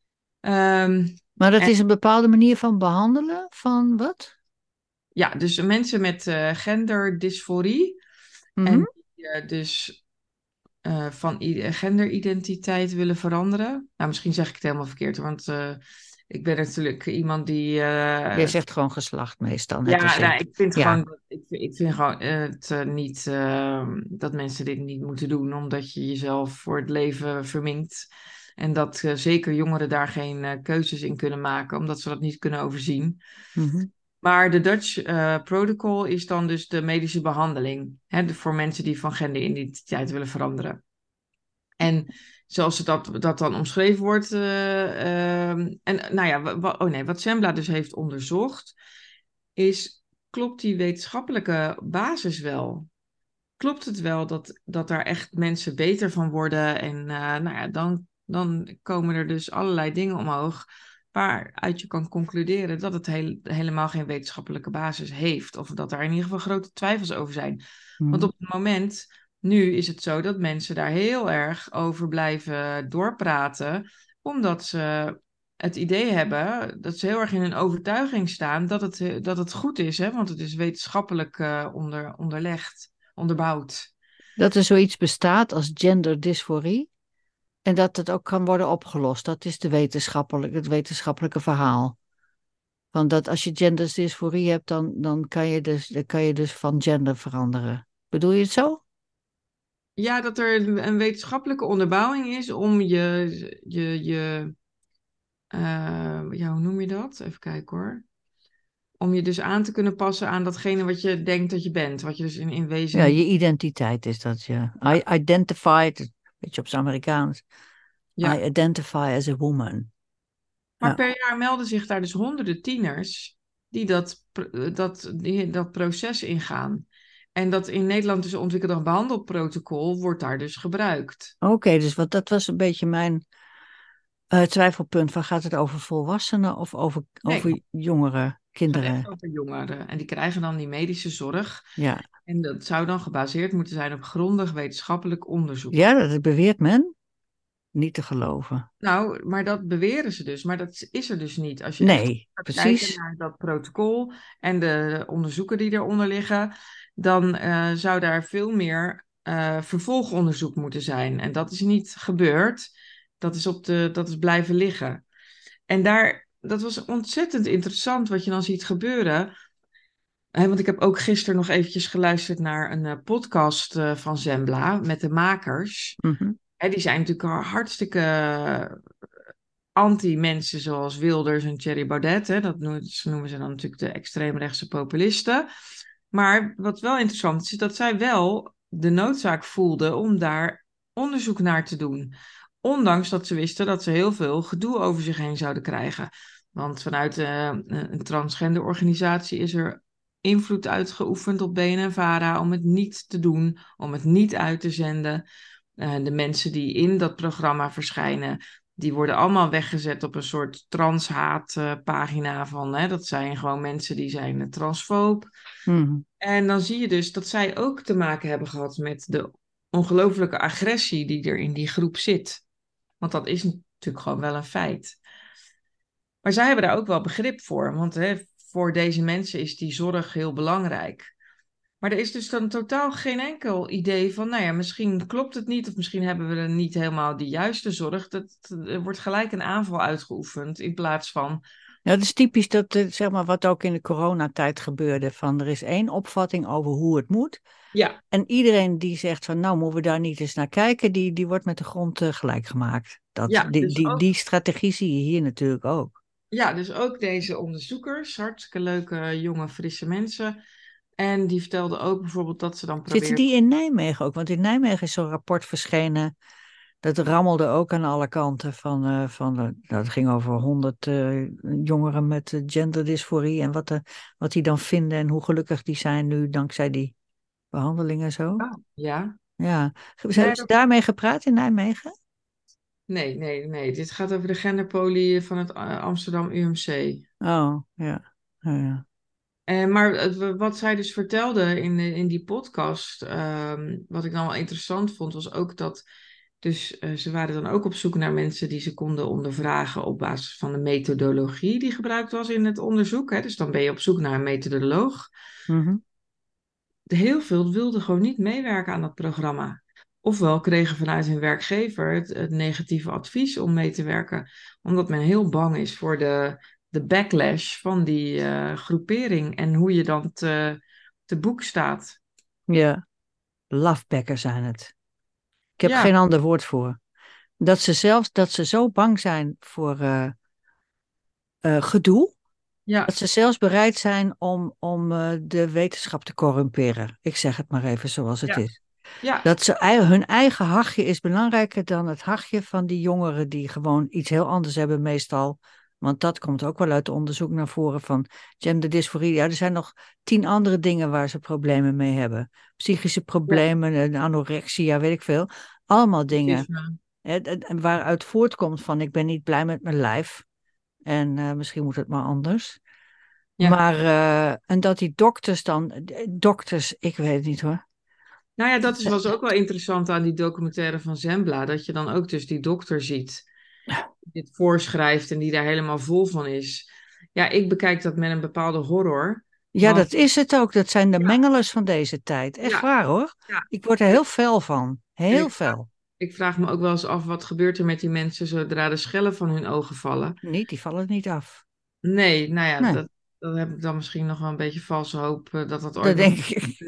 Ehm, Maar dat en is een bepaalde manier van behandelen van wat? ja, dus mensen met eh, genderdysforie. Mhm. En die eh, dus eh, van i- genderidentiteit willen veranderen. Nou, misschien zeg ik het helemaal verkeerd, want eh, ik ben natuurlijk iemand die. Jij eh, zegt gewoon geslacht meestal, net als ja, nou, ik. ik vind Ja. gewoon, ik, vind- ik vind gewoon eh, het eh, niet eh, dat mensen dit niet moeten doen, omdat je jezelf voor het leven verminkt. En dat eh, zeker jongeren daar geen eh, keuzes in kunnen maken, omdat ze dat niet kunnen overzien. Mhm. Maar de Dutch eh, Protocol is dan dus de medische behandeling, hè, de- voor mensen die van genderidentiteit willen veranderen. En zoals het dat, dat dan omschreven wordt. eh, ehm, en nou ja, wa- wa- oh nee, wat Sembla dus heeft onderzocht, is: klopt die wetenschappelijke basis wel? Klopt het wel dat, dat daar echt mensen beter van worden? En eh, nou ja, dan, dan komen er dus allerlei dingen omhoog waaruit je kan concluderen dat het heel, helemaal geen wetenschappelijke basis heeft. Of dat daar in ieder geval grote twijfels over zijn. Want Mhm. op het moment, nu is het zo dat mensen daar heel erg over blijven doorpraten, omdat ze het idee hebben dat ze heel erg in een overtuiging staan dat het, eh, dat het goed is, hè? Want het is wetenschappelijk eh, onder, onderlegd, onderbouwd. Dat er zoiets bestaat als genderdysforie en dat het ook kan worden opgelost. Dat is de wetenschappelijk, het wetenschappelijke verhaal. Van dat als je genderdysforie hebt, dan, dan, kan je dus, dan kan je dus van gender veranderen. Bedoel je het zo? Ja, dat er een een wetenschappelijke onderbouwing is om je, je, je eh, ja, hoe noem je dat? Even kijken hoor. Om je dus aan te kunnen passen aan datgene wat je denkt dat je bent. Wat je dus in, in wezen Ja, niet. je identiteit is dat, ja. Ja, I identified, weet je op zijn Amerikaans. I ja. identify as a woman. Maar Ja. per jaar melden zich daar dus honderden tieners die dat, pr- dat, die dat proces ingaan. En dat in Nederland dus ontwikkelde behandelprotocol wordt daar dus gebruikt. Oké, dus wat, dat was een beetje mijn eh, twijfelpunt. Van gaat het over volwassenen of over, Nee, over jongeren, het gaat echt kinderen? over jongeren. En die krijgen dan die medische zorg. Ja. En dat zou dan gebaseerd moeten zijn op grondig wetenschappelijk onderzoek. Ja, dat beweert men. Niet te geloven. Nou, maar dat beweren ze dus. Maar dat is er dus niet. Als je echt Nee, gaat kijken precies. naar dat protocol en de onderzoeken die eronder liggen, dan eh, zou daar veel meer eh, vervolgonderzoek moeten zijn. En dat is niet gebeurd. Dat is, op de, dat is blijven liggen. En daar, dat was ontzettend interessant wat je dan ziet gebeuren. Hè, want ik heb ook gisteren nog eventjes geluisterd naar een eh, podcast eh, van Zembla met de makers. Mhm. Hè, die zijn natuurlijk al hartstikke anti-mensen zoals Wilders en Thierry Baudet. Hè, dat noemen, ze noemen ze dan natuurlijk de extreemrechtse populisten. Maar wat wel interessant is, is dat zij wel de noodzaak voelden om daar onderzoek naar te doen. Ondanks dat ze wisten dat ze heel veel gedoe over zich heen zouden krijgen. Want vanuit uh, een transgender organisatie is er invloed uitgeoefend op B N N Vara om het niet te doen, om het niet uit te zenden. Uh, de mensen die in dat programma verschijnen, die worden allemaal weggezet op een soort transhaatpagina uh, van, hè, dat zijn gewoon mensen die zijn uh, transfoob. Mm. En dan zie je dus dat zij ook te maken hebben gehad met de ongelooflijke agressie die er in die groep zit. Want dat is natuurlijk gewoon wel een feit. Maar zij hebben daar ook wel begrip voor, want hè, voor deze mensen is die zorg heel belangrijk. Maar er is dus dan totaal geen enkel idee van, nou ja, misschien klopt het niet, of misschien hebben we er niet helemaal de juiste zorg. Dat, er wordt gelijk een aanval uitgeoefend in plaats van... Ja, dat is typisch dat, eh, zeg maar, wat ook in de coronatijd gebeurde. Van, er is één opvatting over hoe het moet. Ja. En iedereen die zegt van, nou, moeten we daar niet eens naar kijken, die, die wordt met de grond uh, gelijk gemaakt. Dat, Ja, die, dus die, ook... die strategie zie je hier natuurlijk ook. Ja, dus ook deze onderzoekers, hartstikke leuke, jonge, frisse mensen. En die vertelden ook bijvoorbeeld dat ze dan probeerden... Zitten die in Nijmegen ook? Want in Nijmegen is zo'n rapport verschenen. Dat rammelde ook aan alle kanten. Van, uh, van, uh, dat ging over honderd uh, jongeren met uh, genderdysforie. En wat, uh, wat die dan vinden en hoe gelukkig die zijn nu dankzij die behandelingen zo. Oh, ja. Ja. Hebben Nee, ze dat... daarmee gepraat in Nijmegen? nee, nee, nee. Dit gaat over de genderpolie van het uh, Amsterdam U M C. Oh, ja. Oh, ja. Uh, maar uh, wat zij dus vertelde in, de, in die podcast, um, wat ik dan wel interessant vond, was ook dat... Dus uh, ze waren dan ook op zoek naar mensen die ze konden ondervragen op basis van de methodologie die gebruikt was in het onderzoek. Hè. Dus dan ben je op zoek naar een methodoloog. Mm-hmm. Heel veel wilden gewoon niet meewerken aan dat programma. Ofwel kregen vanuit hun werkgever het, het negatieve advies om mee te werken, omdat men heel bang is voor de, de backlash van die uh, groepering en hoe je dan te, te boek staat. Ja, lafbekken zijn het. Ik heb Ja. geen ander woord voor. Dat ze zelfs, dat ze zo bang zijn voor uh, uh, gedoe, Ja. dat ze zelfs bereid zijn om, om uh, de wetenschap te corrumperen. Ik zeg het maar even zoals het Ja. is. Ja. Dat ze, hun eigen hachje is belangrijker dan het hachje van die jongeren die gewoon iets heel anders hebben meestal. Want dat komt ook wel uit onderzoek naar voren van genderdysforie. Ja, er zijn nog tien andere dingen waar ze problemen mee hebben. Psychische problemen, ja. Anorexia, weet ik veel. Allemaal dingen hè, waaruit voortkomt van ik ben niet blij met mijn lijf. En uh, misschien moet het maar anders. Ja. Maar, uh, en dat die dokters dan, dokters, ik weet het niet hoor. Nou ja, dat is, was ook wel interessant aan die documentaire van Zembla. Dat je dan ook dus die dokter ziet. Die dit voorschrijft en die daar helemaal vol van is. Ja, ik bekijk dat met een bepaalde horror. Ja, want... dat is het ook. Dat zijn de ja. mengelers van deze tijd. Echt ja. waar hoor. Ja. Ik word er heel fel van. Heel ik fel. Vraag, ik vraag me ook wel eens af, wat gebeurt er met die mensen zodra de schellen van hun ogen vallen? Niet, die vallen niet af. Nee, nou ja, nee. Dat, dat heb ik dan misschien nog wel een beetje valse hoop uh, dat dat ooit... Dat denk ik.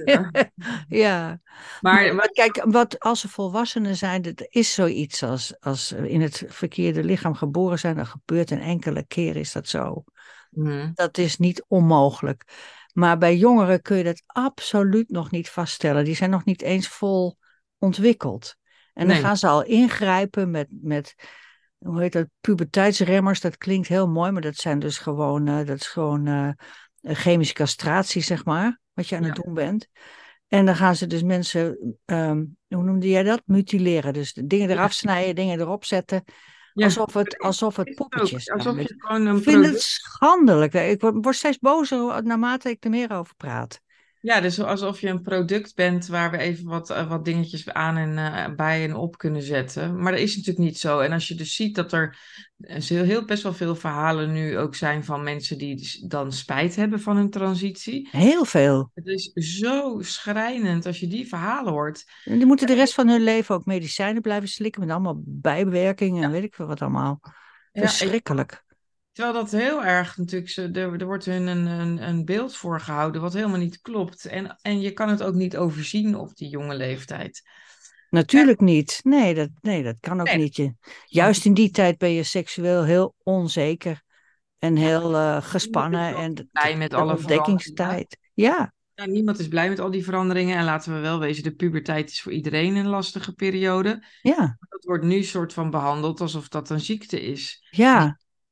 ja. Maar, maar, maar kijk, wat, als ze volwassenen zijn, dat is zoiets als, als in het verkeerde lichaam geboren zijn. Dat gebeurt een enkele keer, is dat zo. Mm. Dat is niet onmogelijk. Maar bij jongeren kun je dat absoluut nog niet vaststellen. Die zijn nog niet eens vol ontwikkeld. En nee. dan gaan ze al ingrijpen met, met hoe heet dat, puberteitsremmers. Dat klinkt heel mooi, maar dat zijn dus gewoon, uh, dat is gewoon uh, chemische castratie, zeg maar, wat je aan ja. het doen bent. En dan gaan ze dus mensen, um, hoe noemde jij dat? Mutileren. Dus dingen eraf snijden, dingen erop zetten. Ja. Alsof het, alsof het poppetjes zijn. Alsof je gewoon een ik vind product... het schandelijk. Ik word steeds bozer naarmate ik er meer over praat. Ja, dus alsof je een product bent waar we even wat, uh, wat dingetjes aan en uh, bij en op kunnen zetten. Maar dat is natuurlijk niet zo. En als je dus ziet dat er heel, heel best wel veel verhalen nu ook zijn van mensen die dan spijt hebben van hun transitie. Heel veel. Het is zo schrijnend als je die verhalen hoort. En die moeten de rest van hun leven ook medicijnen blijven slikken met allemaal bijwerkingen en ja. weet ik veel wat allemaal. Verschrikkelijk. Ja, ik... Terwijl dat heel erg natuurlijk, er, er wordt hun een, een, een beeld voor gehouden wat helemaal niet klopt. En, en je kan het ook niet overzien op die jonge leeftijd. Natuurlijk en, niet. Nee dat, nee, dat kan ook nee. niet. Je. Juist in die tijd ben je seksueel heel onzeker en heel uh, gespannen. En de, blij met de alle ontdekkingstijd. Ja. Ja, niemand is blij met al die veranderingen. En laten we wel wezen, de puberteit is voor iedereen een lastige periode. Ja. Dat wordt nu soort van behandeld alsof dat een ziekte is. Ja.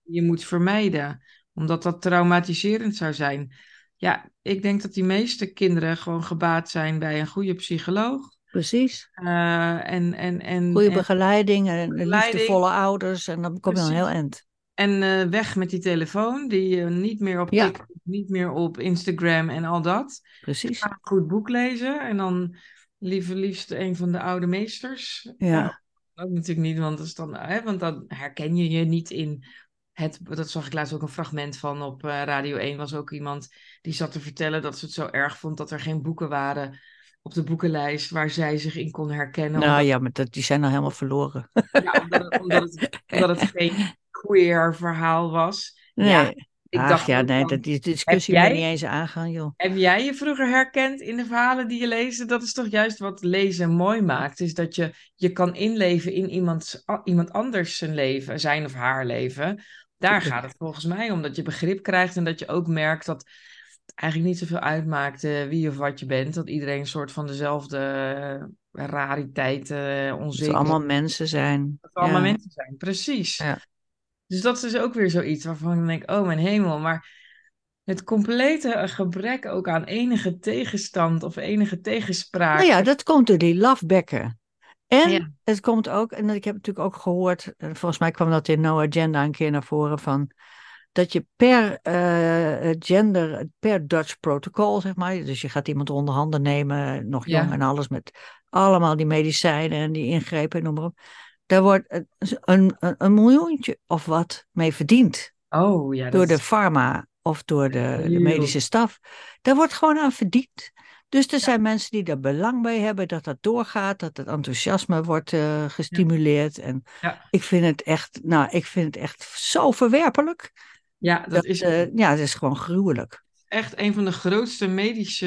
die je moet vermijden, omdat dat traumatiserend zou zijn. Ja, ik denk dat die meeste kinderen gewoon gebaat zijn bij een goede psycholoog. Precies. eh, en, en, en, Goede en begeleiding en begeleiding. liefdevolle ouders. En dan kom je al een heel Precies. eind. En eh, weg met die telefoon, die eh, niet meer op Ja, TikTok, niet meer op Instagram en al dat. Ga precies. een goed boek lezen en dan liever liefst een van de oude meesters. Nou, Ja. ook natuurlijk niet, want, dat is dan, hè, want dan herken je je niet in het. Dat zag ik laatst ook een fragment van op eh, Radio één. Was ook iemand die zat te vertellen dat ze het zo erg vond dat er geen boeken waren op de boekenlijst waar zij zich in kon herkennen. Nou Omdat, ja, maar dat, die zijn al helemaal verloren. ja, omdat het, omdat het, omdat het geen queer verhaal was. Ja, Nee. ik Ach dacht ja, ook nee, dat, van, die heb discussie moet niet jij eens aangaan, joh. heb jij je vroeger herkend in de verhalen die je leest? Dat is toch juist wat lezen mooi maakt. Is dat je je kan inleven in iemands, a- iemand anders zijn leven, zijn of haar leven. Daar gaat Tuurlijk. het volgens mij om. Dat je begrip krijgt en dat je ook merkt dat het eigenlijk niet zoveel uitmaakt eh, wie of wat je bent. Dat iedereen een soort van dezelfde eh, rariteit, eh, Dat we onzekerheid. allemaal mensen zijn. Dat we allemaal Ja, mensen zijn. Precies. ja. Dus dat is dus ook weer zoiets waarvan ik denk, oh mijn hemel, maar het complete gebrek ook aan enige tegenstand of enige Nou ja, tegenspraak. dat komt door die lafbekken. En Ja, het komt ook, en ik heb natuurlijk ook gehoord, eh, volgens mij kwam dat in No Agenda een keer naar voren van, dat je per eh, gender, per Dutch protocol, zeg maar, dus je gaat iemand onder handen nemen, nog jong ja. en alles, met allemaal die medicijnen en die ingrepen en noem maar op. Daar wordt een, een, een miljoentje of wat mee verdiend Oh ja, dat door de is pharma of door de, de heel. medische staf. Daar wordt gewoon aan verdiend. Dus er Ja, zijn mensen die er belang bij hebben dat dat doorgaat, dat het enthousiasme wordt eh, ja, gestimuleerd. En ja. ik vind het echt, nou, ik vind het echt zo verwerpelijk. Ja, dat Dat, is eh, ja, het is gewoon gruwelijk. echt een van de grootste medische,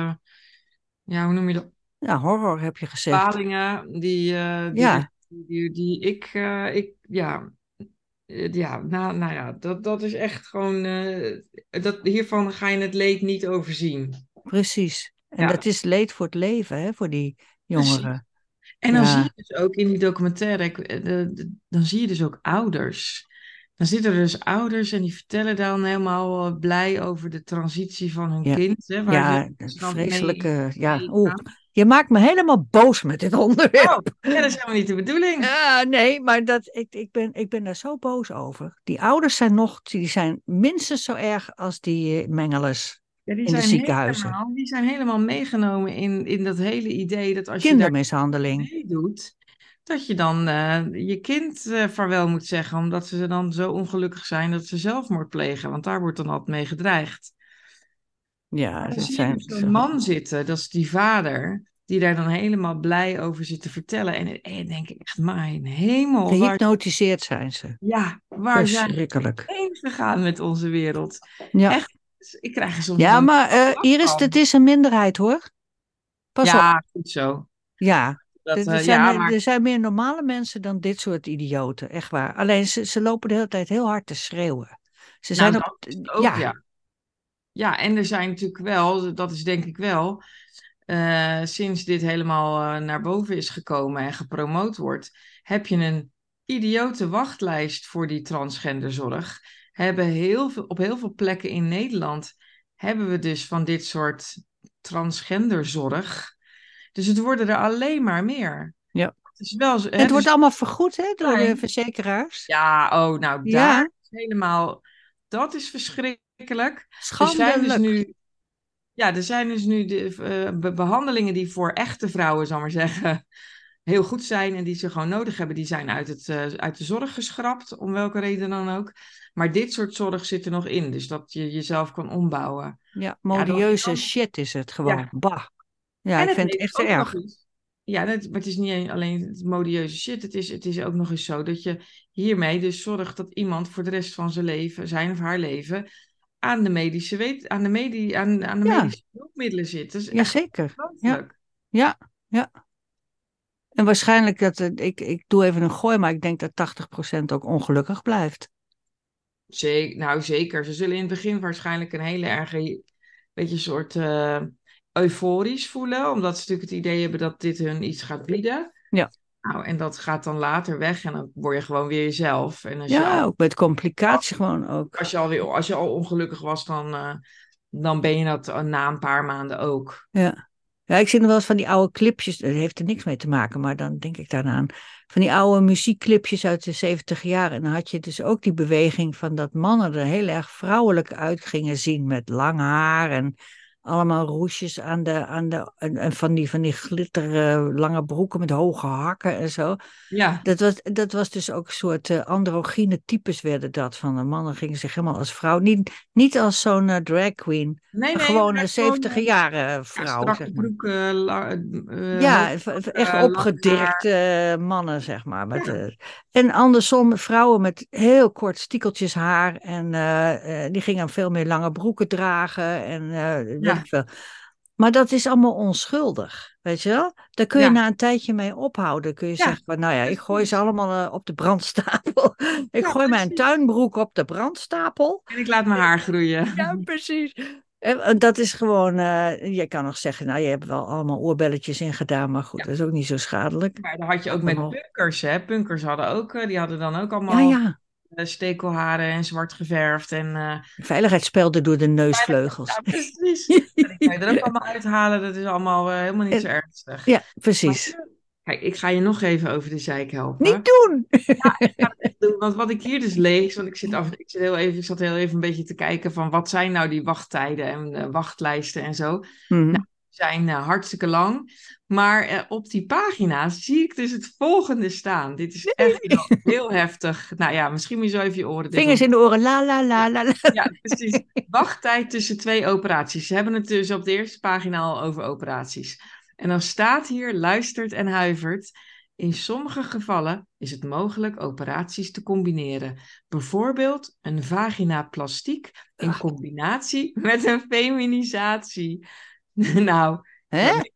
ja, hoe noem je dat? Ja, horror heb je gezegd. Bepalingen die, eh, die, er- Ja, die, die ik, eh, ik, ja, eh, ja, nou, nou ja, dat, dat is echt gewoon, eh, dat, hiervan ga je het leed niet overzien. precies. En dat Ja, is leed voor het leven, hè, voor die precies. jongeren. En dan zie je Ja, dus ook in die documentaire, ik- eh, de- de- dan zie je dus ook ouders. Dan zitten er dus ouders en die vertellen dan helemaal eh, blij over de transitie van hun ja, kind, hè, waar ze ja, ze dan mee, vreselijke, ja, mee oeh. gaan. Je maakt me helemaal boos met dit Oh, onderwerp. ja, dat is helemaal niet de bedoeling. Ja, nee, maar dat, ik, ik, ben, ik ben daar zo boos over. Die ouders zijn nog, die zijn minstens zo erg als die eh, mengelers Ja, die in de zijn ziekenhuizen. helemaal, die zijn helemaal meegenomen in, in dat hele idee dat als je daar Kindermishandeling. meedoet, dat je dan eh, je kind eh, vaarwel moet zeggen, omdat ze dan zo ongelukkig zijn dat ze zelfmoord plegen. Want daar wordt dan altijd mee gedreigd. Ja, En dan dat zie je zijn dus zo'n zo. man zitten, dat is die vader, die daar dan helemaal blij over zit te vertellen. En, en dan denk ik echt, mijn hemel, waar, Gehypnotiseerd zijn ze. ja, waar zijn we Verschrikkelijk. heen gegaan met onze wereld? Ja, Echt, ik krijg er soms ja een maar eh, lach Iris, het van. is een minderheid hoor. Pas op. Ja, goed zo. Ja, Dat, er, er eh, zijn, ja, eh, maar er zijn meer normale mensen dan dit soort idioten. Echt waar. Alleen ze, ze lopen de hele tijd heel hard te schreeuwen. Ze nou, zijn op. dat is het ook, Ja, ja. Ja, en er zijn natuurlijk wel, dat is denk ik wel, eh, sinds dit helemaal eh, naar boven is gekomen en gepromoot wordt, heb je een idiote wachtlijst voor die transgenderzorg. Hebben heel veel, op heel veel plekken in Nederland hebben we dus van dit soort transgenderzorg. Dus het worden er alleen maar meer. ja. Het is wel zo, hè, Het wordt dus allemaal vergoed hè, door de klein. verzekeraars. Ja, oh, nou Ja, daar is helemaal, dat is verschrikkelijk. Er zijn dus schandelijk. nu ja, er zijn dus nu de, eh, be- behandelingen die voor echte vrouwen, zal ik maar zeggen, heel goed zijn en die ze gewoon nodig hebben, die zijn uit, het, eh, uit de zorg geschrapt, om welke reden dan ook. Maar dit soort zorg zit er nog in, dus dat je jezelf kan ombouwen. Ja, Ja, dan, modieuze dan, shit is het gewoon. ja. Bah. Ja, En ik het vind het heeft echt ook nog erg. eens. Ja, dat, maar het is niet alleen het modieuze shit. Het is, het is ook nog eens zo dat je hiermee dus zorgt dat iemand voor de rest van zijn leven, zijn of haar leven, aan de medische, weet, aan de medi, aan, aan de Ja, medische hulpmiddelen zit. Dat is echt jazeker. Ja, ongelooflijk. ja, ja. En waarschijnlijk dat, het- ik, ik doe even een gooi, maar ik denk dat tachtig procent ook ongelukkig blijft. Zeker, nou zeker. Ze zullen in het begin waarschijnlijk een hele erge, beetje soort eh, euforisch voelen, omdat ze natuurlijk het idee hebben dat dit hun iets gaat bieden. Ja, Nou, en dat gaat dan later weg en dan word je gewoon weer jezelf. En als je Ja, al, ook met complicatie gewoon ook. als je al, weer, als je al ongelukkig was, dan, eh, dan ben je dat eh, na een paar maanden ook. Ja. Ja, ik zie nog wel eens van die oude clipjes, dat heeft er niks mee te maken, maar dan denk ik daaraan. Van die oude muziekclipjes uit de zeventig jaar. En dan had je dus ook die beweging van dat mannen er heel erg vrouwelijk uit gingen zien met lang haar en allemaal roesjes aan de, aan de, en, en van die, van die glitter eh, lange broeken met hoge hakken en zo. Ja, Dat was, dat was dus ook een soort uh, androgyne types werden dat. Van de mannen gingen zich helemaal als vrouw. Niet, niet als zo'n uh, drag queen. nee, Een nee, gewone maar gewoon zeventiger eh, jaren ja, vrouw, zeg strakke maar. broeken, la, eh, hoge Ja, v- v- echt hakken, lang haar. opgedirkte uh, mannen, zeg maar. Met, Ja, uh, en andersom, vrouwen met heel kort stiekeltjes haar. En uh, uh, die gingen veel meer lange broeken dragen. En uh, weet ik ja, veel. Maar dat is allemaal onschuldig, weet je wel? Daar kun je ja, na een tijdje mee ophouden. Kun je ja, zeggen van, nou ja, ik gooi ze precies. allemaal uh, op de brandstapel. Ik Ja, gooi mijn precies. tuinbroek op de brandstapel. En ik laat mijn haar groeien. Ja, precies. En en dat is gewoon, uh, je kan nog zeggen, nou, je hebt wel allemaal oorbelletjes in gedaan, maar goed, Ja, dat is ook niet zo schadelijk. maar dat had je ook met Allemaal. punkers, hè? Punkers hadden ook, eh, die hadden dan ook Ja, allemaal ja. eh, stekelharen en zwart geverfd. En eh, Veiligheid speelde door de veilig- neusvleugels. ja, precies. En die kan je er ook allemaal uithalen. Dat is allemaal eh, helemaal niet zo En, ernstig. ja, Maar precies. kijk, ik ga je nog even over de zeik Niet helpen. doen! Ja, ik ga het echt doen. Want wat ik hier dus lees, want ik zit af, ik zit heel even, ik zat heel even een beetje te kijken van wat zijn nou die wachttijden en eh, wachtlijsten en zo. Mhm. Nou, die zijn eh, hartstikke lang. Maar eh, op die pagina's zie ik dus het volgende staan. Dit is echt heel, heel heftig. Nou ja, misschien moet je zo even je oren dicht Vingers doen. in de oren, la la la Ja, la la. ja, precies. Wachttijd tussen twee operaties. Ze hebben het dus op de eerste pagina al over operaties. En dan staat hier, luistert en huivert. In sommige gevallen is het mogelijk operaties te combineren. Bijvoorbeeld een vaginaplastiek in Ach, combinatie met een feminisatie. Nou, hè? dan,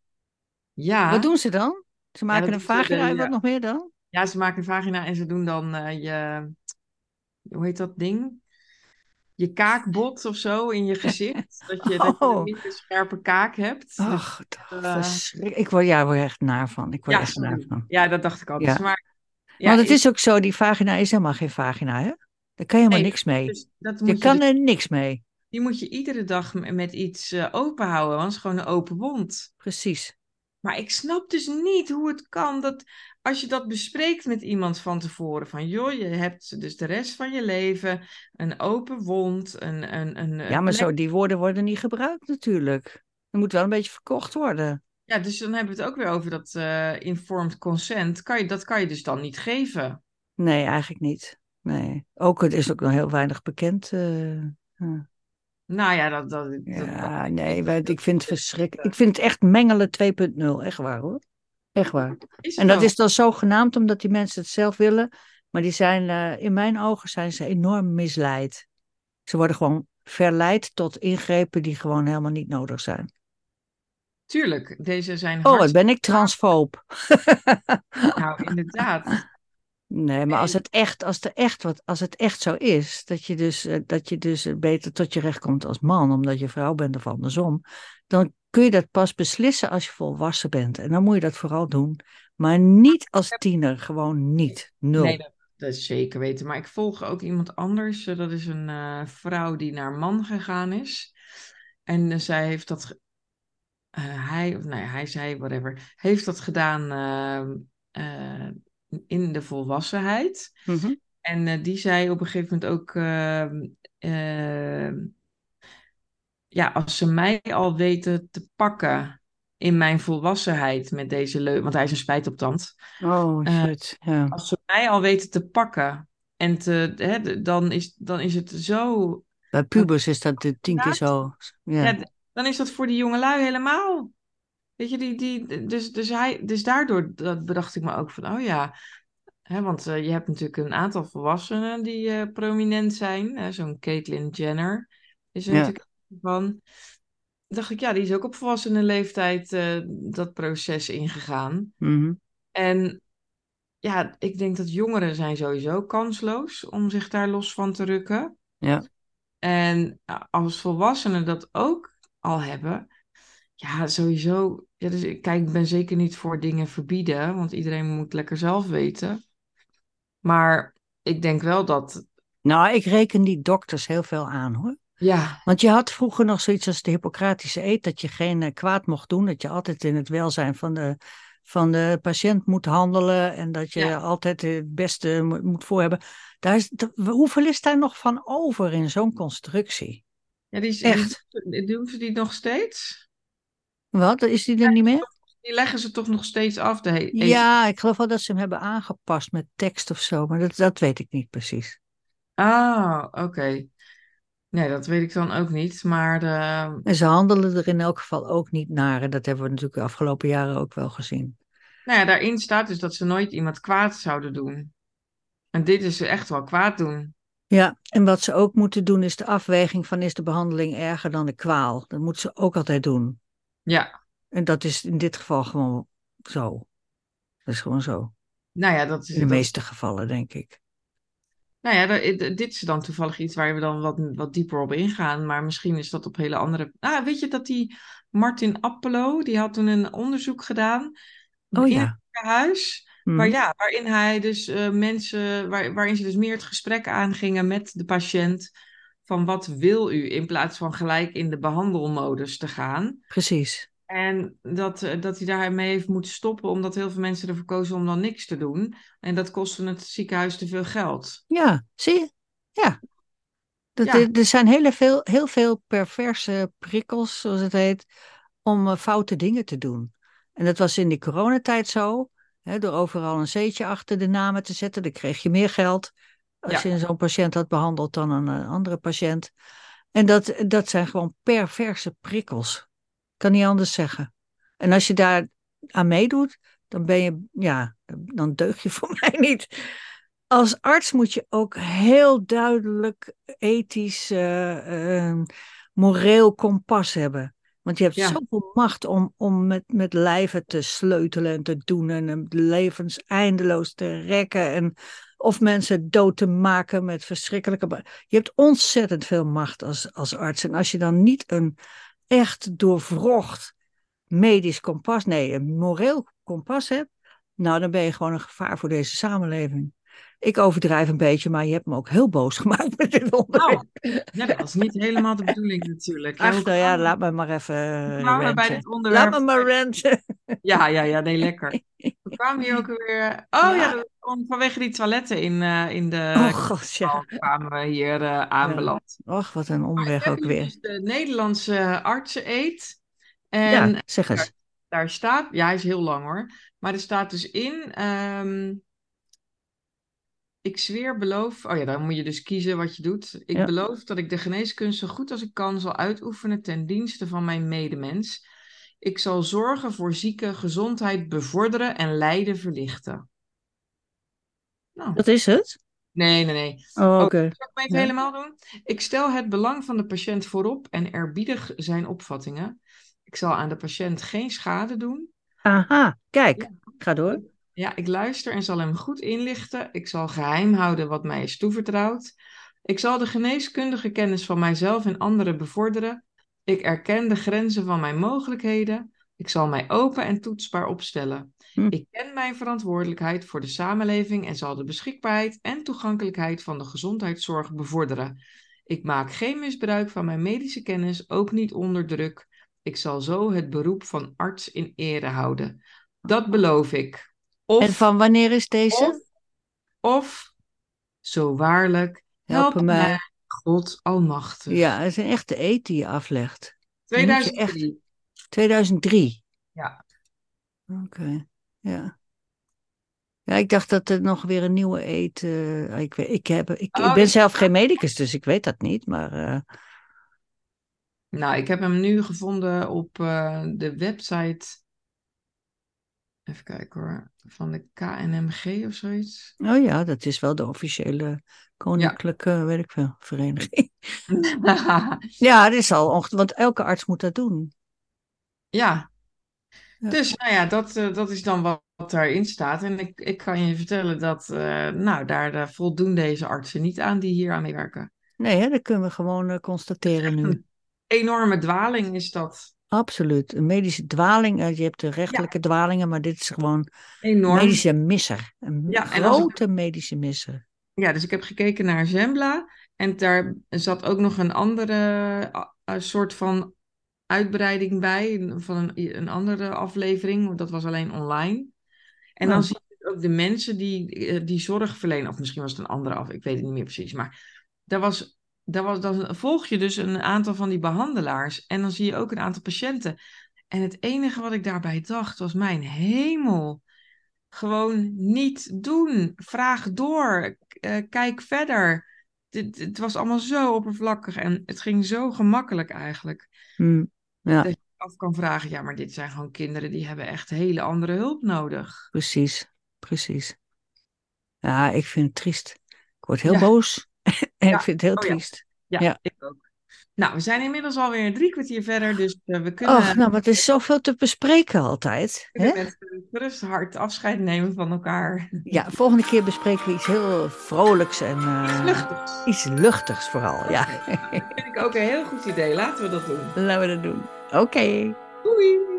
Wat ja, doen ze dan? Ze ja, dat maken een doen ze. De, vagina en wat ja. nog meer dan? Ja, ze maken een vagina en ze doen dan eh, je, hoe heet dat ding? Je kaakbot of zo in je gezicht. Dat je, dat je een Oh, minder scherpe kaak hebt. Dus, ach, toch, eh, verschrikkelijk. Ik word, ja, ik word er echt naar van. Ik word er ja, echt naar sorry. van. Ja, dat dacht ik al. Dus, Ja. maar ja, Want het ik, is ook zo, die vagina is helemaal geen vagina, hè? Daar kan je helemaal nee, niks mee. dus dat Je moet je kan dus, er niks mee. die moet je iedere dag m- met iets eh, open houden, want het is gewoon een open wond. Precies. Maar ik snap dus niet hoe het kan dat als je dat bespreekt met iemand van tevoren, van joh, je hebt dus de rest van je leven een open wond, een, een, een, Ja, een maar zo, plek. die woorden worden niet gebruikt natuurlijk. Er moet wel een beetje verkocht worden. Ja, dus dan hebben we het ook weer over dat eh, informed consent. Kan je, dat kan je dus dan niet geven. Nee, eigenlijk niet. Nee. Ook, het is ook nog heel weinig bekend. eh, ja. Nou ja, dat, dat, dat, dat, Ja, ik nee, weet wij- dat ik vind het dat verschrikkelijk. Ik vind het echt mengelen twee punt nul. Echt waar hoor. Echt waar. is En het dat ook. is dan zogenaamd omdat die mensen het zelf willen. Maar die zijn, eh, in mijn ogen zijn ze enorm misleid. Ze worden gewoon verleid tot ingrepen die gewoon helemaal niet nodig zijn. Tuurlijk, deze zijn Oh, wat hard. ben ik transfoob. Nou, inderdaad. Nee, maar als Nee, het echt, als het echt, wat, als het echt zo is, dat je dus, eh, dat je dus eh, beter tot je recht komt als man, omdat je vrouw bent of andersom, dan kun je dat pas beslissen als je volwassen bent. En dan moet je dat vooral doen. Maar niet als tiener, gewoon niet. nee, Nul. dat, dat is zeker weten. Maar ik volg ook iemand anders. eh, Dat is een eh, vrouw die naar man gegaan is. En eh, zij heeft dat, ge- eh, hij, of nee, hij zei, whatever, heeft dat gedaan eh, eh, in de volwassenheid. Mhm. En eh, die zei op een gegeven moment ook, ehm, ehm, ja, als ze mij al weten te pakken in mijn volwassenheid met deze leuk, want hij is een spijtoptand. Oh, Eh, shit. Ja. als ze mij al weten te pakken en te, hè, de- dan is, dan is het zo. Bij Want pubers is dat de tien keer zo. ja, Ja. d- dan is dat voor die jongelui helemaal. Weet je, die, die, dus, dus, hij, dus daardoor dat bedacht ik me ook van, oh ja, hè, want eh, je hebt natuurlijk een aantal volwassenen die eh, prominent zijn. Hè, zo'n Caitlyn Jenner is er Ja. natuurlijk een van. Dacht ik, ja, die is ook op volwassene leeftijd eh, dat proces ingegaan. Mhm. En ja, ik denk dat jongeren zijn sowieso kansloos om zich daar los van te rukken. Ja. En ja, als volwassenen dat ook al hebben, Ja, sowieso. Ja, dus ik- kijk, ik ben zeker niet voor dingen verbieden, want iedereen moet lekker zelf weten. Maar ik denk wel dat, Nou, ik reken die dokters heel veel aan hoor. ja, Want je had vroeger nog zoiets als de Hippocratische eed, dat je geen eh, kwaad mocht doen, dat je altijd in het welzijn van de, van de patiënt moet handelen en dat je ja, altijd het beste mo- moet voor hebben. Daar is, d- hoeveel is daar nog van over in zo'n constructie? ja die, die, Echt? die doen ze die nog steeds? Wat? Is die er niet meer? Die leggen ze toch nog steeds af, de he- eet. Ja, ik geloof wel dat ze hem hebben aangepast met tekst of zo, maar dat, dat weet ik niet precies. Ah, oké. Nee, dat weet ik dan ook niet. Maar de, En ze handelen er in elk geval ook niet naar. En dat hebben we natuurlijk de afgelopen jaren ook wel gezien. nou ja, daarin staat dus dat ze nooit iemand kwaad zouden doen. En dit is ze echt wel kwaad doen. Ja, en wat ze ook moeten doen is de afweging van is de behandeling erger dan de kwaal. Dat moeten ze ook altijd doen. Ja, En dat is in dit geval gewoon zo. Dat is gewoon zo. nou ja, dat is, In de dat is, meeste gevallen, denk ik. nou ja, da- dit dit is dan toevallig iets waar we dan wat, wat dieper op ingaan. Maar misschien is dat op hele andere. Ah, weet je dat die Martin Appelo, die had toen een onderzoek gedaan Oh in het ja. ziekenhuis. Waar, Hm, ja, waarin hij dus eh, mensen, waar, waarin ze dus meer het gesprek aangingen met de patiënt. Van wat wil u, in plaats van gelijk in de behandelmodus te gaan. precies. En dat, eh, dat hij daarmee heeft moeten stoppen, omdat heel veel mensen ervoor kozen om dan niks te doen. En dat kostte het ziekenhuis te veel geld. Ja, zie je? Ja. Dat, er Ja, er zijn hele veel, heel veel perverse prikkels, zoals het heet, om eh, foute dingen te doen. En dat was in die coronatijd zo. Hè, door overal een zeetje achter de namen te zetten, dan kreeg je meer geld als ja, je zo'n patiënt had behandeld dan een eh, andere patiënt. En dat, dat zijn gewoon perverse prikkels. Kan niet anders zeggen. En als je daar aan meedoet, dan ben je, ja, dan deug je voor mij niet. Als arts moet je ook heel duidelijk ethisch, eh, eh, moreel kompas hebben. Want je hebt ja, zoveel macht om, om met, met lijven te sleutelen en te doen en hun levens eindeloos te rekken en of mensen dood te maken met verschrikkelijke. be- Je hebt ontzettend veel macht als, als arts. En als je dan niet een echt doorwrocht medisch kompas, nee, een moreel kompas hebt, nou dan ben je gewoon een gevaar voor deze samenleving. Ik overdrijf een beetje, maar je hebt me ook heel boos gemaakt met dit nou, onderwerp. ja, dat was niet helemaal de bedoeling natuurlijk. Ja, Ach, hoe nou ja, kwamen we, laat me maar even hoe eh, kwamen we bij ranten. dit Laat onderwerp? me maar ranten. Ja, ja, ja, nee, lekker. We kwamen hier ook weer. Oh ja, Ja, dat- om- vanwege die toiletten in, eh, in oh de god, ja. kwamen we hier eh, Ja, aanbeland. och, wat een Maar ik omweg heb ook hier weer. dus de Nederlandse artseneed. Ja, En zeg daar, eens. daar staat, ja, hij is heel lang hoor. Maar er staat dus in, ehm, ik zweer, beloof. Oh ja, dan moet je dus kiezen wat je doet. Ik Ja. beloof dat ik de geneeskunst zo goed als ik kan zal uitoefenen ten dienste van mijn medemens. Ik zal zorgen voor zieke gezondheid bevorderen en lijden verlichten. Nou, Dat is het? nee, nee, nee. Oh, Oh, oké. zal ik hem even Ja. helemaal doen? Ik stel het belang van de patiënt voorop en eerbiedig zijn opvattingen. Ik zal aan de patiënt geen schade doen. Aha, Ja. kijk. Ga door. Ik, ja, ik luister en zal hem goed inlichten. Ik zal geheim houden wat mij is toevertrouwd. Ik zal de geneeskundige kennis van mijzelf en anderen bevorderen. Ik erken de grenzen van mijn mogelijkheden. Ik zal mij open en toetsbaar opstellen. Hm. Ik ken mijn verantwoordelijkheid voor de samenleving en zal de beschikbaarheid en toegankelijkheid van de gezondheidszorg bevorderen. Ik maak geen misbruik van mijn medische kennis, ook niet onder druk. Ik zal zo het beroep van arts in ere houden. Dat beloof ik. En Of, van wanneer is of, deze? of, zo waarlijk, Help help mij, mij. God Ja, Almachtig. het is een echte eet die je aflegt. Die moet je echt. tweeduizend drie. tweeduizend drie. Ja. Oké, ja. Ja, ik dacht dat er nog weer een nieuwe eet. eh, ik, weet- ik, heb, ik, ik Oh, ben die... zelf geen medicus, dus ik weet dat niet. Maar eh, Nou, ik heb hem nu gevonden op eh, de website. Even kijken hoor. Van de K N M G of zoiets. oh ja, dat is wel de officiële Ja. koninklijke, weet ik veel, vereniging. Ja, dat is al onge- want elke arts moet dat doen. Ja. Ja. Dus nou ja, dat, eh, dat is dan wat, wat daarin staat. En ik, ik kan je vertellen dat, eh, nou, daar eh, voldoen deze artsen niet aan die hier aan meewerken. Nee, hè, dat kunnen we gewoon eh, constateren nu. Een enorme dwaling is dat. absoluut. Een medische dwaling, eh, je hebt de rechtelijke Ja, dwalingen, maar dit is gewoon een enorm. medische misser. Een Ja, en als ik, grote medische misser. ja, dus ik heb gekeken naar Zembla en daar zat ook nog een andere a- a- soort van uitbreiding bij van een, een andere aflevering, want dat was alleen online. En dan Oh, zie je ook de mensen die, eh, die zorg verlenen, of misschien was het een andere af, ik weet het niet meer precies, maar daar was, daar was, dan volg je dus een aantal van die behandelaars en dan zie je ook een aantal patiënten. En het enige wat ik daarbij dacht was, mijn hemel, gewoon niet doen. Vraag door. K- eh, kijk verder. Dit, het was allemaal zo oppervlakkig en het ging zo gemakkelijk eigenlijk. hm, ja, Dat je af kan vragen, ja, maar dit zijn gewoon kinderen die hebben echt hele andere hulp nodig. precies. Precies. Ja, ik vind het triest. Ik word heel Ja, boos en ik ja. vind het heel Oh ja, triest. ja, Ja. ik ook. Nou, we zijn inmiddels alweer drie kwartier verder, dus eh, we Och, kunnen, nou, maar er is zoveel te bespreken altijd. kunnen Hè? met gerust hart afscheid nemen van elkaar. Ja, volgende keer bespreken we iets heel vrolijks en Iets eh, luchtigs. iets luchtigs vooral. Ja, Oké, nou, dat vind ik ook een heel goed idee. Laten we dat doen. laten we dat doen. Oké. Doei!